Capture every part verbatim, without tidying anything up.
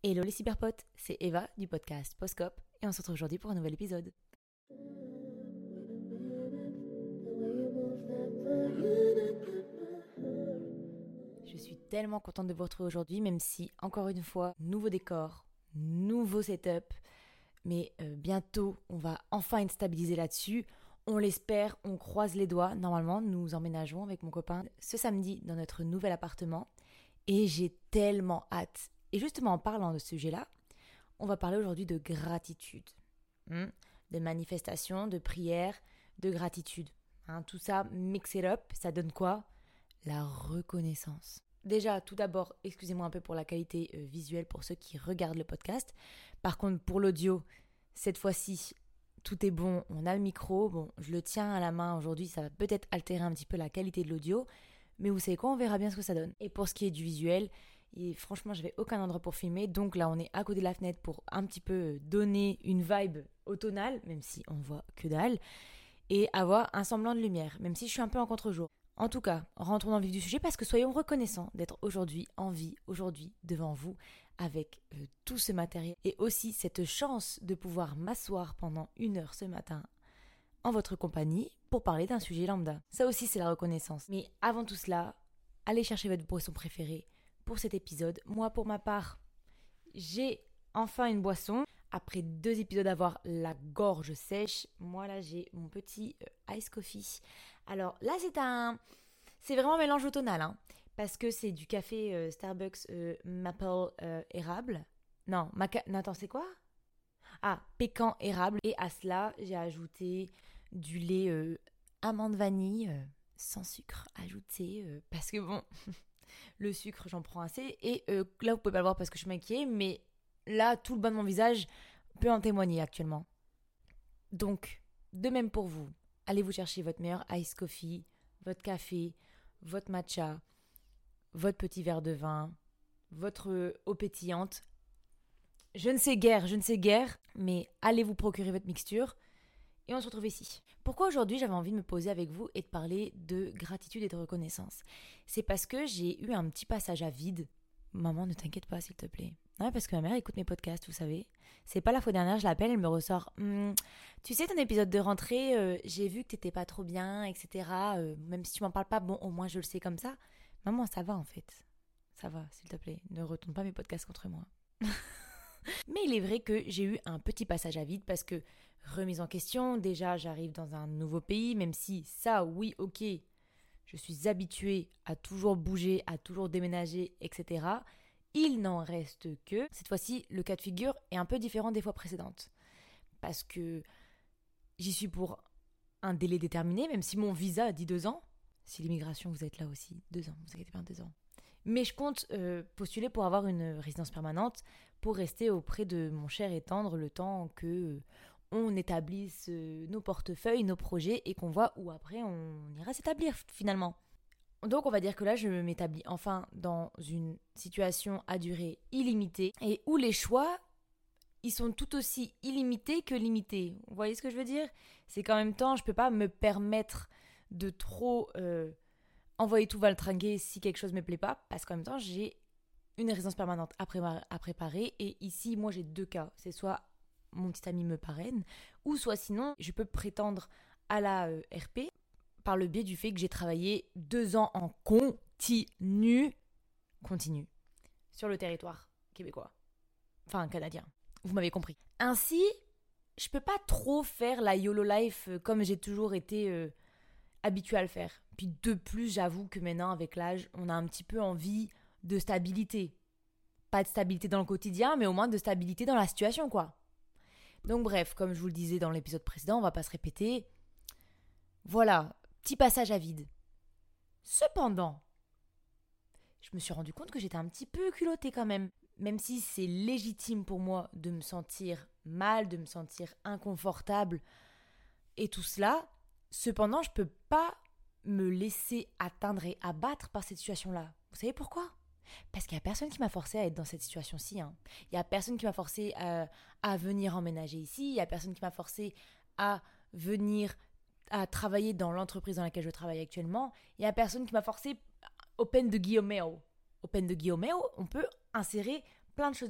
Hello les cyberpotes, c'est Eva du podcast Postcop et on se retrouve aujourd'hui pour un nouvel épisode. Je suis tellement contente de vous retrouver aujourd'hui, même si, encore une fois, nouveau décor, nouveau setup, mais euh, bientôt on va enfin être stabilisé là-dessus. On l'espère, on croise les doigts. Normalement, nous emménageons avec mon copain ce samedi dans notre nouvel appartement et j'ai tellement hâte. Et justement, en parlant de ce sujet-là, on va parler aujourd'hui de gratitude, hein, de manifestation, de prière, de gratitude. Hein, tout ça, mix it up, ça donne quoi ? La reconnaissance. Déjà, tout d'abord, excusez-moi un peu pour la qualité euh, visuelle pour ceux qui regardent le podcast. Par contre, pour l'audio, cette fois-ci, tout est bon, on a le micro. Bon, je le tiens à la main aujourd'hui, ça va peut-être altérer un petit peu la qualité de l'audio. Mais vous savez quoi, on verra bien ce que ça donne. Et pour ce qui est du visuel, et franchement, je n'avais aucun endroit pour filmer. Donc là, on est à côté de la fenêtre pour un petit peu donner une vibe automnale, même si on voit que dalle, et avoir un semblant de lumière, même si je suis un peu en contre-jour. En tout cas, rentrons dans le vif du sujet parce que soyons reconnaissants d'être aujourd'hui en vie, aujourd'hui devant vous, avec euh, tout ce matériel et aussi cette chance de pouvoir m'asseoir pendant une heure ce matin en votre compagnie pour parler d'un sujet lambda. Ça aussi, c'est la reconnaissance. Mais avant tout cela, allez chercher votre boisson préférée pour cet épisode. Moi, pour ma part, j'ai enfin une boisson. Après deux épisodes d'avoir la gorge sèche, moi là, j'ai mon petit euh, ice coffee. Alors là, c'est un... C'est vraiment un mélange automnal, hein, parce que c'est du café euh, Starbucks euh, maple euh, érable. Non, maca... non, attends, c'est quoi ? Ah, pécan érable. Et à cela, j'ai ajouté du lait euh, amande vanille, euh, sans sucre ajouté, euh, parce que bon... Le sucre, j'en prends assez. Et euh, là, vous pouvez pas le voir parce que je suis maquillée, mais là, tout le bas de mon visage peut en témoigner actuellement. Donc, de même pour vous, allez vous chercher votre meilleur ice coffee, votre café, votre matcha, votre petit verre de vin, votre eau pétillante. Je ne sais guère, je ne sais guère, mais allez vous procurer votre mixture. Et on se retrouve ici. Pourquoi aujourd'hui j'avais envie de me poser avec vous et de parler de gratitude et de reconnaissance ? C'est parce que j'ai eu un petit passage à vide. Maman, ne t'inquiète pas s'il te plaît. Ouais, parce que ma mère écoute mes podcasts, vous savez. C'est pas la fois dernière, je l'appelle, elle me ressort hm, tu sais, ton épisode de rentrée, euh, j'ai vu que t'étais pas trop bien, et cetera. Euh, même si tu m'en parles pas, bon, au moins je le sais comme ça. Maman, ça va en fait. Ça va, s'il te plaît. Ne retourne pas mes podcasts contre moi. Mais il est vrai que j'ai eu un petit passage à vide parce que remise en question, déjà j'arrive dans un nouveau pays, même si ça, oui, ok, je suis habituée à toujours bouger, à toujours déménager, et cetera. Il n'en reste que, cette fois-ci, le cas de figure est un peu différent des fois précédentes. Parce que j'y suis pour un délai déterminé, même si mon visa dit deux ans. Si l'immigration, vous êtes là aussi, deux ans, vous inquiétez pas, deux ans. Mais je compte euh, postuler pour avoir une résidence permanente pour rester auprès de mon cher et tendre le temps que euh, on établisse euh, nos portefeuilles, nos projets et qu'on voit où après on ira s'établir finalement. Donc on va dire que là je m'établis enfin dans une situation à durée illimitée et où les choix ils sont tout aussi illimités que limités. Vous voyez ce que je veux dire ? C'est qu'en même temps je peux pas me permettre de trop... Euh, envoyer tout valtringuer si quelque chose ne me plaît pas, parce qu'en même temps, j'ai une résidence permanente à, pré- à préparer, et ici, moi, j'ai deux cas. C'est soit mon petit ami me parraine, ou soit sinon, je peux prétendre à la euh, R P par le biais du fait que j'ai travaillé deux ans en continu, continu, sur le territoire québécois. Enfin, canadien. Vous m'avez compris. Ainsi, je peux pas trop faire la YOLO life euh, comme j'ai toujours été... Euh, habitué à le faire. Puis de plus, j'avoue que maintenant, avec l'âge, on a un petit peu envie de stabilité. Pas de stabilité dans le quotidien, mais au moins de stabilité dans la situation, quoi. Donc bref, comme je vous le disais dans l'épisode précédent, on va pas se répéter. Voilà, petit passage à vide. Cependant, je me suis rendu compte que j'étais un petit peu culottée quand même. Même si c'est légitime pour moi de me sentir mal, de me sentir inconfortable et tout cela... Cependant, je ne peux pas me laisser atteindre et abattre par cette situation-là. Vous savez pourquoi ? Parce qu'il n'y a personne qui m'a forcé à être dans cette situation-ci. Hein. Il n'y a personne qui m'a forcé à, à venir emménager ici. Il n'y a personne qui m'a forcé à venir à travailler dans l'entreprise dans laquelle je travaille actuellement. Il n'y a personne qui m'a forcé, open de guillemets, open de guillemets, on peut insérer plein de choses dedans.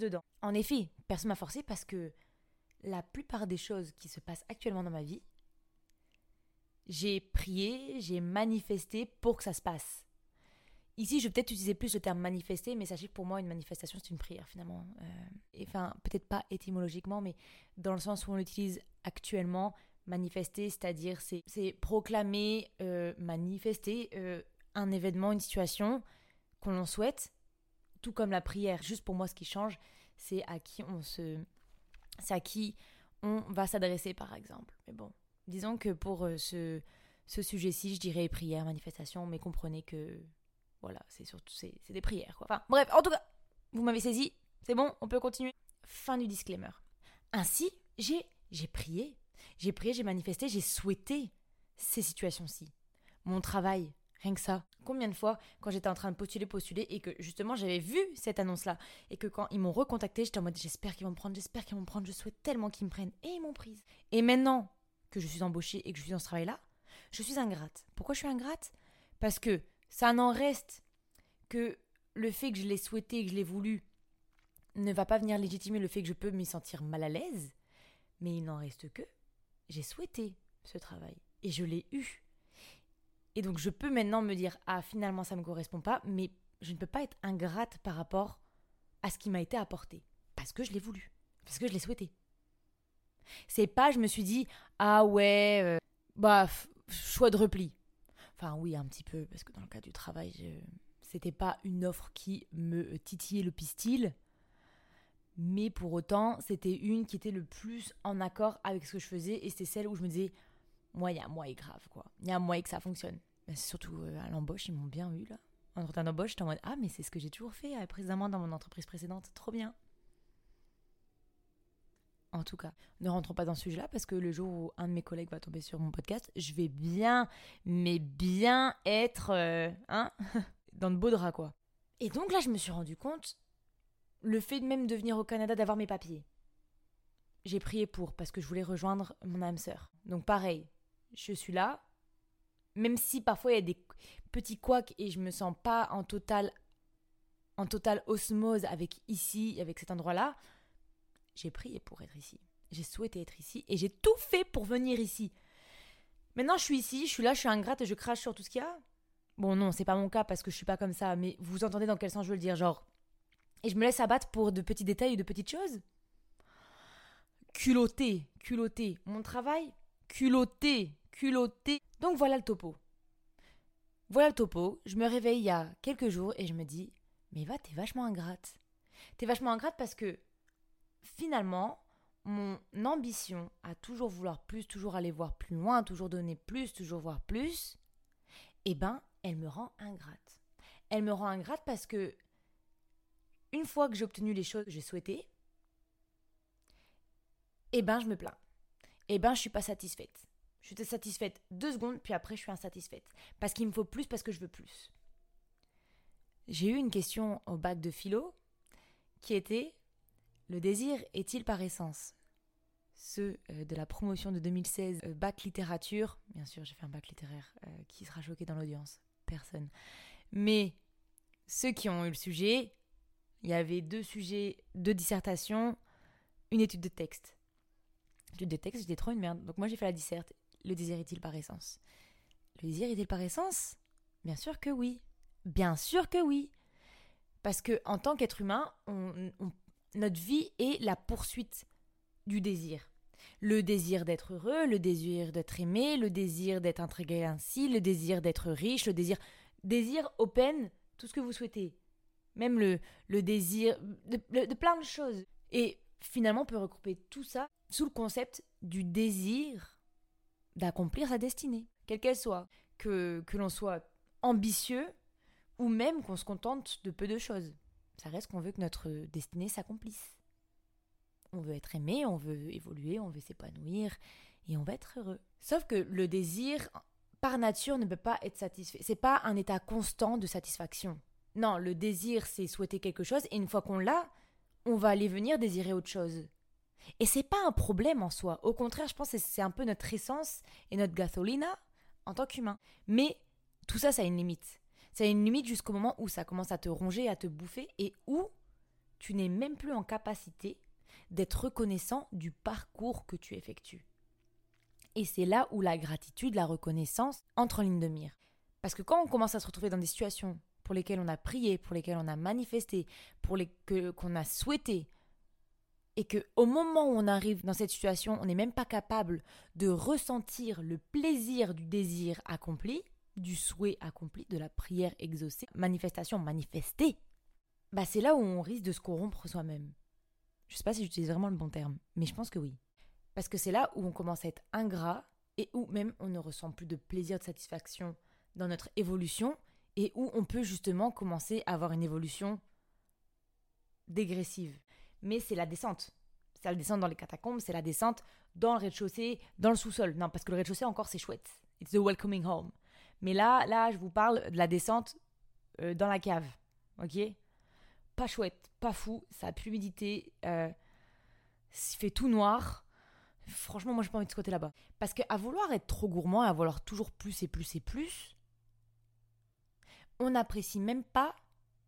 en effet, personne m'a forcé parce que la plupart des choses qui se passent actuellement dans ma vie, j'ai prié, j'ai manifesté pour que ça se passe. Ici, je vais peut-être utiliser plus le terme manifester, mais sachez que pour moi, une manifestation, c'est une prière finalement. Euh, et, enfin, peut-être pas étymologiquement, mais dans le sens où on l'utilise actuellement, manifester, c'est-à-dire c'est, c'est proclamer, euh, manifester euh, un événement, une situation qu'on l'on souhaite, tout comme la prière. Juste pour moi, ce qui change, c'est à qui on se, c'est à qui on va s'adresser, par exemple. Mais bon, disons que pour euh, ce, ce sujet-ci, je dirais prière, manifestation, mais comprenez que voilà, c'est surtout c'est, c'est des prières, quoi. Enfin, bref, en tout cas, vous m'avez saisi, c'est bon, on peut continuer. Fin du disclaimer. Ainsi, j'ai, j'ai prié, j'ai prié, j'ai manifesté, j'ai souhaité ces situations-ci. Mon travail, rien que ça. Combien de fois, quand j'étais en train de postuler, postuler, et que justement j'avais vu cette annonce-là, et que quand ils m'ont recontacté, j'étais en mode j'espère qu'ils vont me prendre, j'espère qu'ils vont me prendre, je souhaite tellement qu'ils me prennent, et ils m'ont prise. Et maintenant que je suis embauchée et que je suis dans ce travail-là, je suis ingrate. Pourquoi je suis ingrate ? Parce que ça n'en reste que le fait que je l'ai souhaité, que je l'ai voulu, ne va pas venir légitimer le fait que je peux m'y sentir mal à l'aise, mais il n'en reste que j'ai souhaité ce travail et je l'ai eu. Et donc je peux maintenant me dire ah finalement ça ne me correspond pas, mais je ne peux pas être ingrate par rapport à ce qui m'a été apporté parce que je l'ai voulu, parce que je l'ai souhaité. C'est pas je me suis dit ah ouais euh, bah f- choix de repli. Enfin oui un petit peu parce que dans le cas du travail je... c'était pas une offre qui me titillait le pistil. Mais pour autant, c'était une qui était le plus en accord avec ce que je faisais et c'était celle où je me disais moi, il y a un moyen grave, quoi. Il y a un moyen que ça fonctionne. Mais c'est surtout euh, à l'embauche, ils m'ont bien eu, là. En entretien d'embauche, j'étais en mode ah, mais c'est ce que j'ai toujours fait euh, précédemment dans mon entreprise précédente. Trop bien. En tout cas, ne rentrons pas dans ce sujet-là parce que le jour où un de mes collègues va tomber sur mon podcast, je vais bien, mais bien être euh, hein, dans de beaux draps, quoi. Et donc là, je me suis rendu compte, le fait de même de venir au Canada, d'avoir mes papiers. J'ai prié pour, parce que je voulais rejoindre mon âme sœur. Donc pareil, je suis là, même si parfois il y a des petits couacs et je me sens pas en total, en totale osmose avec ici, avec cet endroit-là, j'ai prié pour être ici. J'ai souhaité être ici et j'ai tout fait pour venir ici. Maintenant je suis ici, je suis là, je suis ingrate et je crache sur tout ce qu'il y a. Bon non, c'est pas mon cas parce que je suis pas comme ça, mais vous entendez dans quel sens je veux le dire, genre. Et je me laisse abattre pour de petits détails et de petites choses. Culotté, culotté. Mon travail, culotté, culotté. Donc voilà le topo. Voilà le topo. Je me réveille il y a quelques jours et je me dis, mais va, t'es vachement ingrate. T'es vachement ingrate parce que finalement, mon ambition à toujours vouloir plus, toujours aller voir plus loin, toujours donner plus, toujours voir plus, eh ben, elle me rend ingrate. Elle me rend ingrate parce que une fois que j'ai obtenu les choses que j'ai souhaitées, eh ben, je me plains. Eh ben, je suis pas satisfaite. Je suis satisfaite deux secondes, puis après, je suis insatisfaite. Parce qu'il me faut plus, parce que je veux plus. J'ai eu une question au bac de philo qui était « Le désir est-il par essence ?» Ceux euh, de la promotion de deux mille seize, euh, bac littérature, bien sûr, j'ai fait un bac littéraire, euh, qui sera choqué dans l'audience ? Personne. Mais ceux qui ont eu le sujet, il y avait deux sujets, deux dissertations, une étude de texte. L'étude de texte, j'étais trop une merde. Donc moi, j'ai fait la disserte. Le désir est-il par essence ? Le désir est-il par essence ? Bien sûr que oui. Bien sûr que oui. Parce que en tant qu'être humain, on, on, notre vie est la poursuite du désir. Le désir d'être heureux, le désir d'être aimé, le désir d'être intégré ainsi, le désir d'être riche, le désir... Désir open, tout ce que vous souhaitez. Même le, le désir de, de plein de choses. Et finalement, on peut regrouper tout ça sous le concept du désir d'accomplir sa destinée, quelle qu'elle soit. Que, que l'on soit ambitieux ou même qu'on se contente de peu de choses. Ça reste qu'on veut que notre destinée s'accomplisse. On veut être aimé, on veut évoluer, on veut s'épanouir et on veut être heureux. Sauf que le désir, par nature, ne peut pas être satisfait. C'est pas un état constant de satisfaction. Non, le désir, c'est souhaiter quelque chose et une fois qu'on l'a, on va aller venir désirer autre chose. Et c'est pas un problème en soi. Au contraire, je pense que c'est un peu notre essence et notre gasolina en tant qu'humain. Mais tout ça, ça a une limite. Ça a une limite jusqu'au moment où ça commence à te ronger, à te bouffer et où tu n'es même plus en capacité d'être reconnaissant du parcours que tu effectues. Et c'est là où la gratitude, la reconnaissance entre en ligne de mire. Parce que quand on commence à se retrouver dans des situations pour lesquelles on a prié, pour lesquelles on a manifesté, pour les que, qu'on a souhaité, et qu'au moment où on arrive dans cette situation, on n'est même pas capable de ressentir le plaisir du désir accompli, du souhait accompli, de la prière exaucée, manifestation manifestée, bah c'est là où on risque de se corrompre soi-même. Je ne sais pas si j'utilise vraiment le bon terme, mais je pense que oui. Parce que c'est là où on commence à être ingrat et où même on ne ressent plus de plaisir, de satisfaction dans notre évolution et où on peut justement commencer à avoir une évolution dégressive. Mais c'est la descente. C'est la descente dans les catacombes, c'est la descente dans le rez-de-chaussée, dans le sous-sol. Non, parce que le rez-de-chaussée encore c'est chouette. It's the welcoming home. Mais là, là, je vous parle de la descente euh, dans la cave. Ok ? Pas chouette, pas fou, ça a plus l'humidité, euh, il fait tout noir. Franchement, moi, j'ai pas envie de ce côté là-bas. Parce qu'à vouloir être trop gourmand, à vouloir toujours plus et plus et plus, on n'apprécie même pas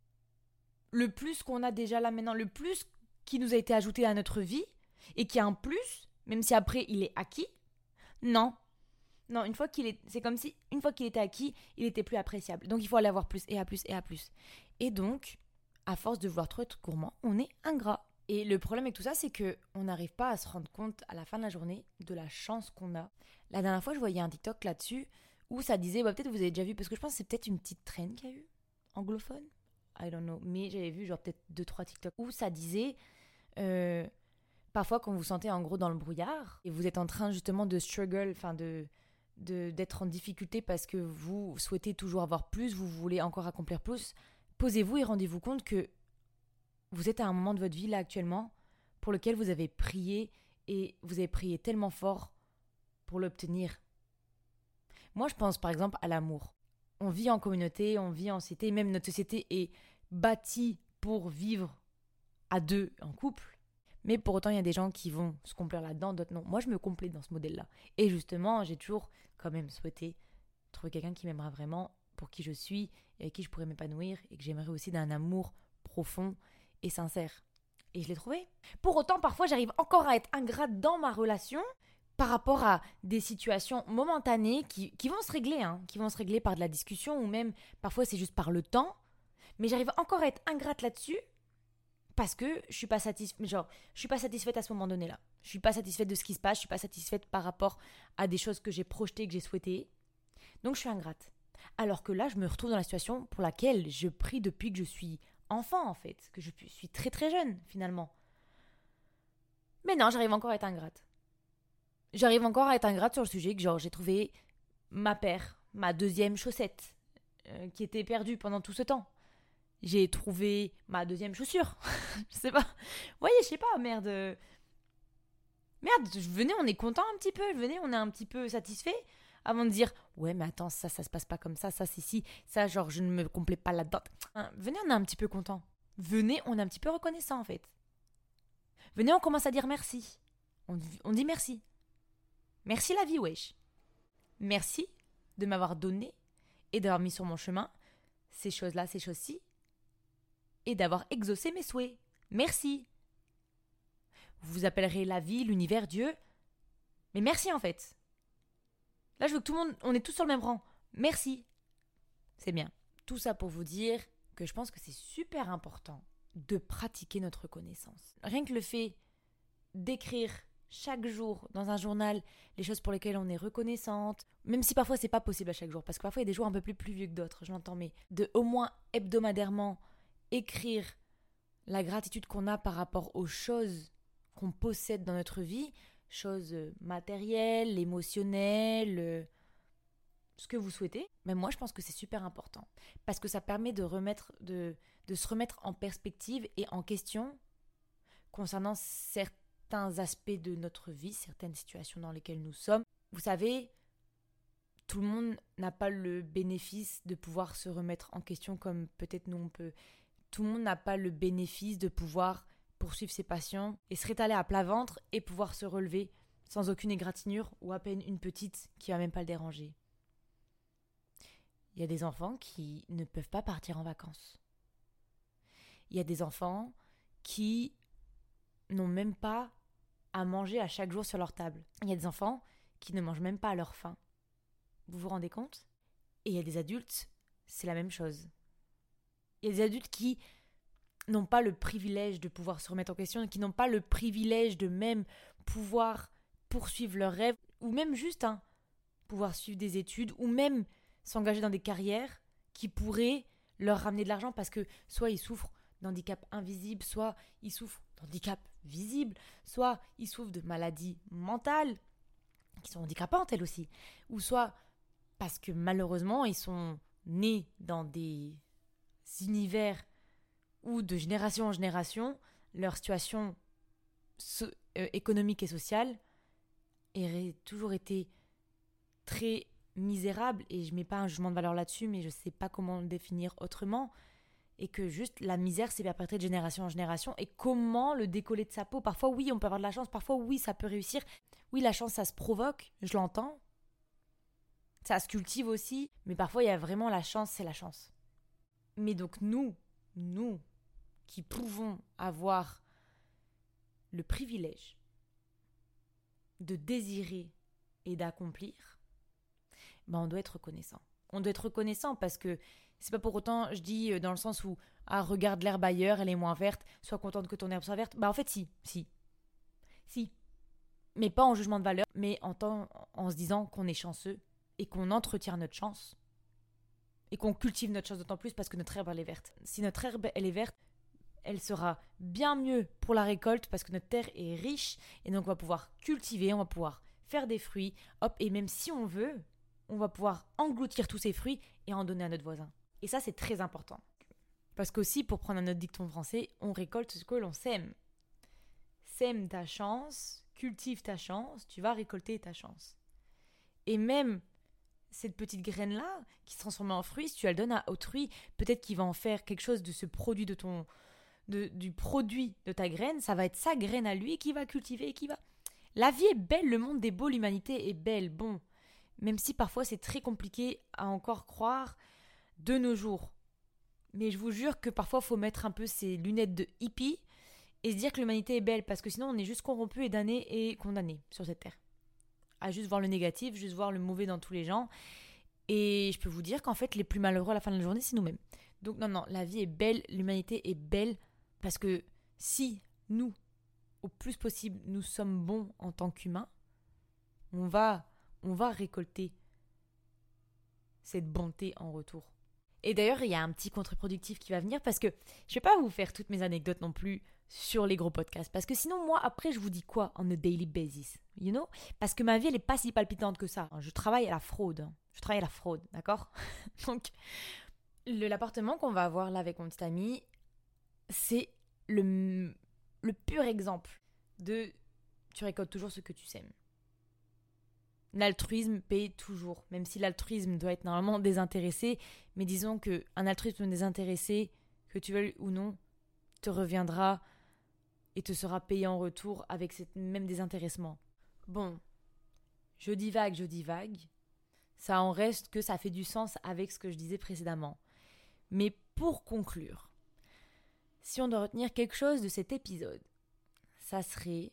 le plus qu'on a déjà là maintenant, le plus qui nous a été ajouté à notre vie et qui a un plus, même si après il est acquis. Non. Non, une fois qu'il est, c'est comme si, une fois qu'il était acquis, il était plus appréciable. Donc il faut aller avoir plus et à plus et à plus. Et donc, à force de vouloir trop être gourmand, on est ingrat. Et le problème avec tout ça, c'est qu'on n'arrive pas à se rendre compte à la fin de la journée de la chance qu'on a. La dernière fois, je voyais un TikTok là-dessus où ça disait, bah, peut-être vous avez déjà vu, parce que je pense que c'est peut-être une petite traîne qu'il y a eu, anglophone, I don't know, mais j'avais vu genre peut-être deux trois TikTok où ça disait, euh, parfois quand vous sentez en gros dans le brouillard et vous êtes en train justement de struggle, enfin de, de, d'être en difficulté parce que vous souhaitez toujours avoir plus, vous voulez encore accomplir plus, posez-vous et rendez-vous compte que vous êtes à un moment de votre vie là actuellement pour lequel vous avez prié et vous avez prié tellement fort pour l'obtenir. Moi, je pense par exemple à l'amour. On vit en communauté, on vit en société, même notre société est bâtie pour vivre à deux en couple. Mais pour autant, il y a des gens qui vont se complaire là-dedans, d'autres non. Moi, je me complais dans ce modèle-là. Et justement, j'ai toujours quand même souhaité trouver quelqu'un qui m'aimera vraiment, pour qui je suis, et avec qui je pourrais m'épanouir, et que j'aimerais aussi d'un amour profond et sincère. Et je l'ai trouvé. Pour autant, parfois, j'arrive encore à être ingrate dans ma relation par rapport à des situations momentanées qui, qui vont se régler, hein, qui vont se régler par de la discussion, ou même parfois c'est juste par le temps. Mais j'arrive encore à être ingrate là-dessus parce que je suis pas satisfaite, genre, je suis pas satisfaite à ce moment donné-là. Je suis pas satisfaite de ce qui se passe, je suis pas satisfaite par rapport à des choses que j'ai projetées, que j'ai souhaitées. Donc je suis ingrate. Alors que là, je me retrouve dans la situation pour laquelle je prie depuis que je suis enfant, en fait, que je suis très très jeune, finalement. Mais non, j'arrive encore à être ingrate. J'arrive encore à être ingrate sur le sujet que genre j'ai trouvé ma paire, ma deuxième chaussette, euh, qui était perdue pendant tout ce temps. J'ai trouvé ma deuxième chaussure. Je sais pas. Vous voyez, je sais pas, merde. Merde, venez, on est content un petit peu. Venez, on est un petit peu satisfait. Avant de dire, ouais, mais attends, ça, ça se passe pas comme ça, ça, c'est si, ça, genre, je ne me complais pas là-dedans. Hein, venez, on est un petit peu content. Venez, on est un petit peu reconnaissant, en fait. Venez, on commence à dire merci. On, on dit merci. Merci la vie, wesh. Merci de m'avoir donné et d'avoir mis sur mon chemin ces choses-là, ces choses-ci, et d'avoir exaucé mes souhaits. Merci. Vous vous appellerez la vie, l'univers, Dieu. Mais merci, en fait. Là, je veux que tout le monde, on est tous sur le même rang. Merci. C'est bien. Tout ça pour vous dire que je pense que c'est super important de pratiquer notre reconnaissance. Rien que le fait d'écrire chaque jour dans un journal les choses pour lesquelles on est reconnaissante, même si parfois c'est pas possible à chaque jour, parce que parfois il y a des jours un peu plus pluvieux que d'autres, je l'entends, mais de au moins hebdomadairement écrire la gratitude qu'on a par rapport aux choses qu'on possède dans notre vie, choses matérielles, émotionnelles, ce que vous souhaitez, mais moi je pense que c'est super important, parce que ça permet de remettre, de, de se remettre en perspective et en question concernant certains aspects de notre vie, certaines situations dans lesquelles nous sommes. Vous savez, tout le monde n'a pas le bénéfice de pouvoir se remettre en question comme peut-être nous on peut. Tout le monde n'a pas le bénéfice de pouvoir poursuivre ses passions et se rétaler à plat ventre et pouvoir se relever sans aucune égratignure ou à peine une petite qui va même pas le déranger. Il y a des enfants qui ne peuvent pas partir en vacances. Il y a des enfants qui n'ont même pas à manger à chaque jour sur leur table. Il y a des enfants qui ne mangent même pas à leur faim. Vous vous rendez compte ? Et il y a des adultes, c'est la même chose. Il y a des adultes qui n'ont pas le privilège de pouvoir se remettre en question, qui n'ont pas le privilège de même pouvoir poursuivre leurs rêves, ou même juste hein, pouvoir suivre des études, ou même s'engager dans des carrières qui pourraient leur ramener de l'argent parce que soit ils souffrent d'handicap invisible, soit ils souffrent d'handicap visible, soit ils souffrent de maladies mentales qui sont handicapantes elles aussi, ou soit parce que malheureusement ils sont nés dans des univers où de génération en génération leur situation so- euh, économique et sociale aurait toujours été très misérable, et je mets pas un jugement de valeur là-dessus, mais je sais pas comment le définir autrement, et que juste la misère s'est perpétrée de génération en génération, et comment le décoller de sa peau. Parfois oui on peut avoir de la chance, parfois oui ça peut réussir, oui la chance ça se provoque, je l'entends, ça se cultive aussi, mais parfois il y a vraiment la chance, c'est la chance. Mais donc nous, nous qui pouvons avoir le privilège de désirer et d'accomplir, ben on doit être reconnaissant. On doit être reconnaissant parce que c'est pas pour autant, je dis dans le sens où ah regarde l'herbe ailleurs, elle est moins verte, sois contente que ton herbe soit verte. Bah en fait si, si, si, mais pas en jugement de valeur, mais en temps, en se disant qu'on est chanceux et qu'on entretient notre chance et qu'on cultive notre chance d'autant plus parce que notre herbe elle est verte. Si notre herbe elle est verte, elle sera bien mieux pour la récolte parce que notre terre est riche et donc on va pouvoir cultiver, on va pouvoir faire des fruits, hop, et même si on veut, on va pouvoir engloutir tous ces fruits et en donner à notre voisin. Et ça, c'est très important. Parce qu'aussi, pour prendre un autre dicton français, on récolte ce que l'on sème. Sème ta chance, cultive ta chance, tu vas récolter ta chance. Et même cette petite graine-là, qui se transforme en fruit, si tu la donnes à autrui, peut-être qu'il va en faire quelque chose de ce produit de ton... De, du produit de ta graine, ça va être sa graine à lui qui va cultiver et qui va... La vie est belle, le monde est beau, l'humanité est belle, bon... Même si parfois c'est très compliqué à encore croire de nos jours. Mais je vous jure que parfois il faut mettre un peu ses lunettes de hippie et se dire que l'humanité est belle, parce que sinon on est juste corrompu et damné et condamné sur cette terre. À juste voir le négatif, juste voir le mauvais dans tous les gens. Et je peux vous dire qu'en fait les plus malheureux à la fin de la journée c'est nous-mêmes. Donc non, non, la vie est belle, l'humanité est belle, parce que si nous, au plus possible, nous sommes bons en tant qu'humains, on va... on va récolter cette bonté en retour. Et d'ailleurs, il y a un petit contre-productif qui va venir parce que je vais pas vous faire toutes mes anecdotes non plus sur les gros podcasts. Parce que sinon, moi, après, je vous dis quoi on a daily basis, you know? Parce que ma vie, elle est pas si palpitante que ça. Je travaille à la fraude. Je travaille à la fraude, d'accord? Donc, le, l'appartement qu'on va avoir là avec mon petit ami, c'est le, le pur exemple de tu récoltes toujours ce que tu sèmes. L'altruisme paye toujours, même si l'altruisme doit être normalement désintéressé, mais disons qu'un altruisme désintéressé, que tu veuilles ou non, te reviendra et te sera payé en retour avec ce même désintéressement. Bon, je divague, je divague, ça en reste que ça fait du sens avec ce que je disais précédemment. Mais pour conclure, si on doit retenir quelque chose de cet épisode, ça serait...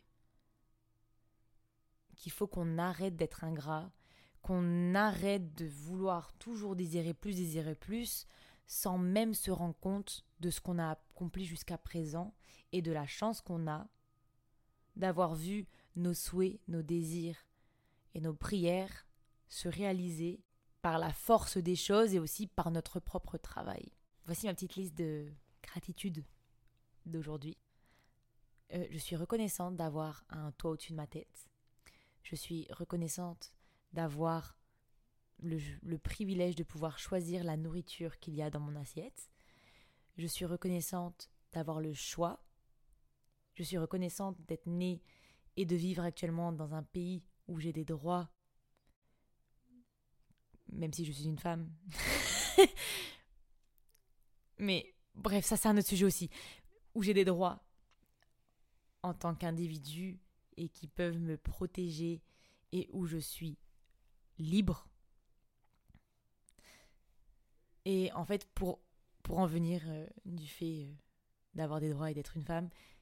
qu'il faut qu'on arrête d'être ingrat, qu'on arrête de vouloir toujours désirer plus, désirer plus, sans même se rendre compte de ce qu'on a accompli jusqu'à présent et de la chance qu'on a d'avoir vu nos souhaits, nos désirs et nos prières se réaliser par la force des choses et aussi par notre propre travail. Voici ma petite liste de gratitude d'aujourd'hui. Euh, je suis reconnaissante d'avoir un toit au-dessus de ma tête. Je suis reconnaissante d'avoir le, le privilège de pouvoir choisir la nourriture qu'il y a dans mon assiette. Je suis reconnaissante d'avoir le choix. Je suis reconnaissante d'être née et de vivre actuellement dans un pays où j'ai des droits, même si je suis une femme. Mais bref, ça c'est un autre sujet aussi, où j'ai des droits en tant qu'individu et qui peuvent me protéger et où je suis libre. Et en fait, pour, pour en venir euh, du fait euh, d'avoir des droits et d'être une femme,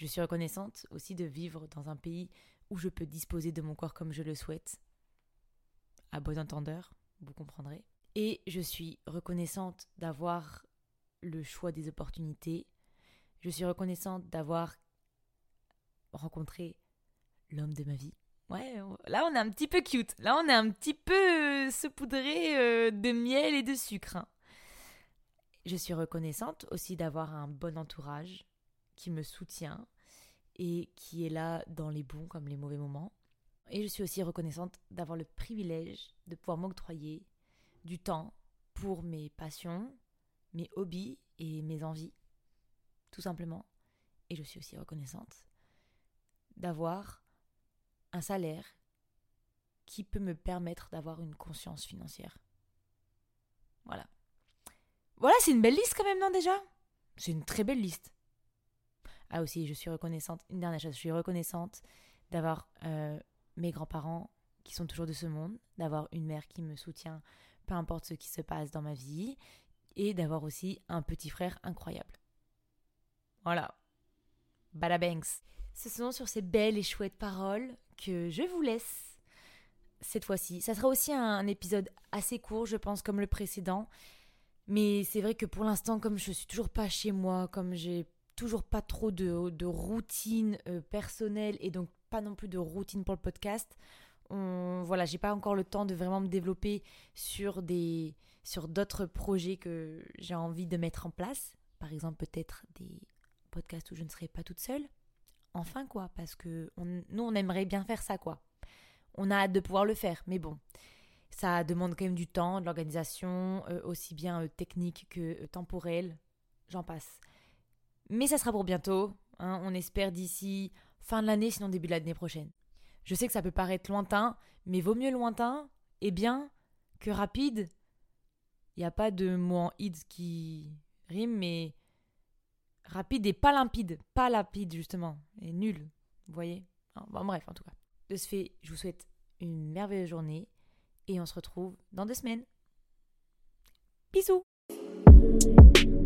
Je suis reconnaissante aussi de vivre dans un pays où je peux disposer de mon corps comme je le souhaite. À bon entendeur, vous comprendrez. Et je suis reconnaissante d'avoir le choix des opportunités. Je suis reconnaissante d'avoir rencontré l'homme de ma vie. Ouais, là on est un petit peu cute. Là on est un petit peu euh, saupoudré euh, de miel et de sucre. Hein. Je suis reconnaissante aussi d'avoir un bon entourage qui me soutient et qui est là dans les bons comme les mauvais moments. Et je suis aussi reconnaissante d'avoir le privilège de pouvoir m'octroyer du temps pour mes passions, mes hobbies et mes envies, tout simplement. Et je suis aussi reconnaissante d'avoir un salaire qui peut me permettre d'avoir une conscience financière. Voilà. Voilà, c'est une belle liste quand même, non déjà ? C'est une très belle liste. Ah aussi, je suis reconnaissante, une dernière chose, je suis reconnaissante d'avoir euh, mes grands-parents qui sont toujours de ce monde, d'avoir une mère qui me soutient, peu importe ce qui se passe dans ma vie, et d'avoir aussi un petit frère incroyable. Voilà. Bada banks. Ce sont sur ces belles et chouettes paroles que je vous laisse cette fois-ci. Ça sera aussi un épisode assez court, je pense, comme le précédent. Mais c'est vrai que pour l'instant, comme je suis toujours pas chez moi, comme j'ai toujours pas trop de, de routine euh, personnelle et donc pas non plus de routine pour le podcast, on, voilà, j'ai pas encore le temps de vraiment me développer sur, des, sur d'autres projets que j'ai envie de mettre en place. Par exemple, peut-être des podcasts où je ne serai pas toute seule. Enfin quoi, parce que on, nous on aimerait bien faire ça quoi. On a hâte de pouvoir le faire, mais bon, ça demande quand même du temps, de l'organisation, euh, aussi bien euh, technique que euh, temporelle, j'en passe. Mais ça sera pour bientôt, hein, on espère d'ici fin de l'année, sinon début de l'année prochaine. Je sais que ça peut paraître lointain, mais vaut mieux lointain et bien que rapide. Il n'y a pas de mot en id qui rime, mais rapide et pas limpide. Pas limpide, justement. Et nul. Vous voyez ? Bon, bref, en tout cas. De ce fait, je vous souhaite une merveilleuse journée et on se retrouve dans deux semaines. Bisous!